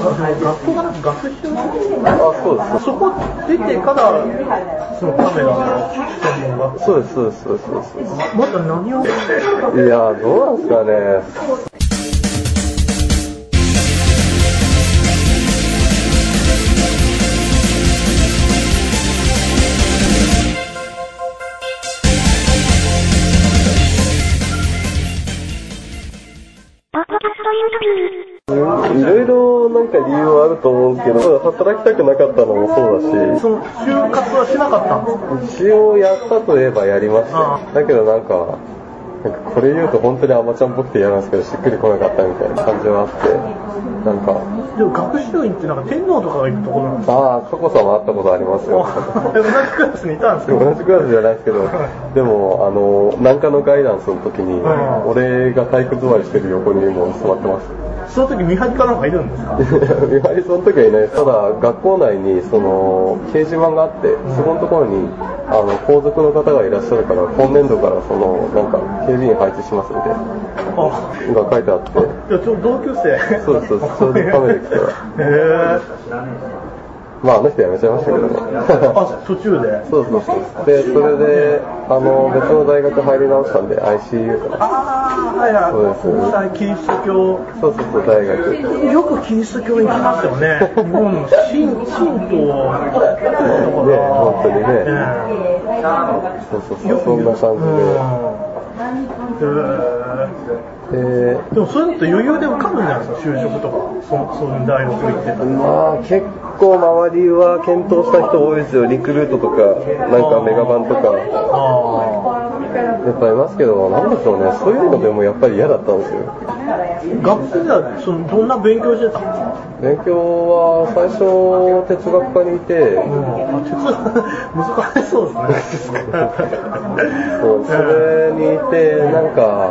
校が学習あ、そうです。 そこ出てからそのカメラの専門がそうです。 また何をいや、どうなんですかね。いろいろなんか理由はあると思うけど、働きたくなかったのもそうだし、 その就活はしなかったんですか？ 一応やったといえばやりました。だけどなんかこれ言うと本当にアマちゃんっぽくて嫌なんですけど、しっくりこなかったみたいな感じはあって、なんかでも学習院ってなんか天皇とかが行くところなんですか？ ああ、佳子さま会ったことありますよ。 同じクラスにいたんですか？ 同じクラスじゃないですけど、でもなんかのガイダンスの時に、俺が体育座りしてる横にも座ってます。 その時見張りかなんかいるんですか？ 見張りその時はいないです。ただ学校内にその掲示板があって、そこのところに皇族の方がいらっしゃるから、今年度からそのなんか警備員配置しますみたいなが書いてあって。 いや、同級生。 そうです。それでカメラ来たら。まああの人辞めちゃいましたけどね。 あ、途中で。 そう。でそれで別の大学入り直したんで ICU かな。 ああ、はいはい。そうです。キリスト教。 そう大学。 よくキリスト教に来ますよね。日本の神道だからね、 本当にね。そうそんな感じで。 でもそういうのって余裕で受かるんじゃないですか、就職とか、そういう大学行ってたら。 まあ結構周りは検討した人多いですよ。リクルートとかなんかメガバンとかやっぱいますけど、なんでしょうね、そういうのでもやっぱり嫌だったんですよ。 学生ではどんな勉強してたんですか？ 勉強は最初哲学科にいて、 難しそうですね。 そうそれにいてなんか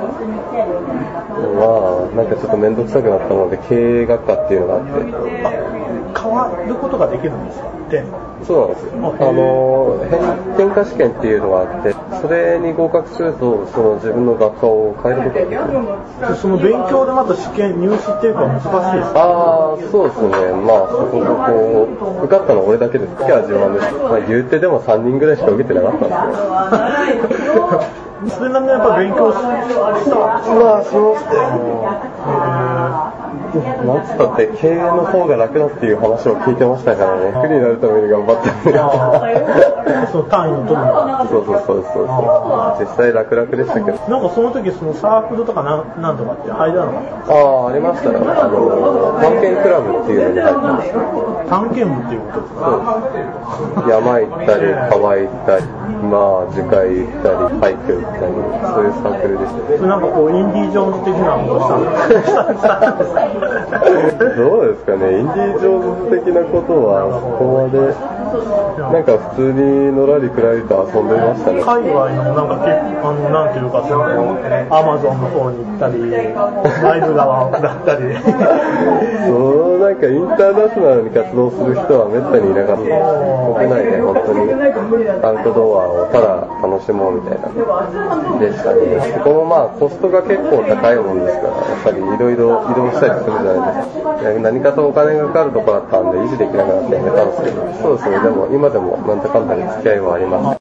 ちょっと面倒くさくなったので経営学科っていうのがあって。 変わることができるんですか？ そうなんですよ。変化試験っていうのがあって、それに合格するとその自分の学科を変えることができる。 その勉強でまた試験入試っていうか難しいですか？ ああ、そうですね。まあそこ受かったのは俺だけです。今日は自慢です。まあ言ってでも3人ぐらいしか受けてなかったんですよ。 それなりにやっぱ勉強した。 まあしましたよ。なんつったって経営の方が楽だっていう話を聞いてましたからね。楽になるために頑張ってる。 そう単位を取るの。 そう。実際楽でしたけど。 なんかその時そのサークルとかなんとかって入らなかったんですか？ ああ、ありましたよ。探検クラブっていうのに入ってました。 探検部っていうことですか？ そう。山行ったり川行ったり、樹海行ったり俳句行ったり、そういうサークルでした。 それなんかこうインディ・ジョーンズ的なことしたんですか？ どうですかね、インディ・ジョーンズ的なことはそこまでなんか普通にのらりくらりと遊んでましたね。 海外のなんかなんていうかアマゾンの方に行ったりナイル川を下ったりなんかインターナショナルに活動する人はめったにいなかった。国内で本当にアウトドアをただ楽しもうみたいなでしたね。そこもコストが結構高いもんですから、やっぱりいろいろ移動したりするじゃないですか。何かとお金がかかるところだったんで維持できなくなってやめたんですけど、そうですね。でも今でもなんだかんだに付き合いはあります。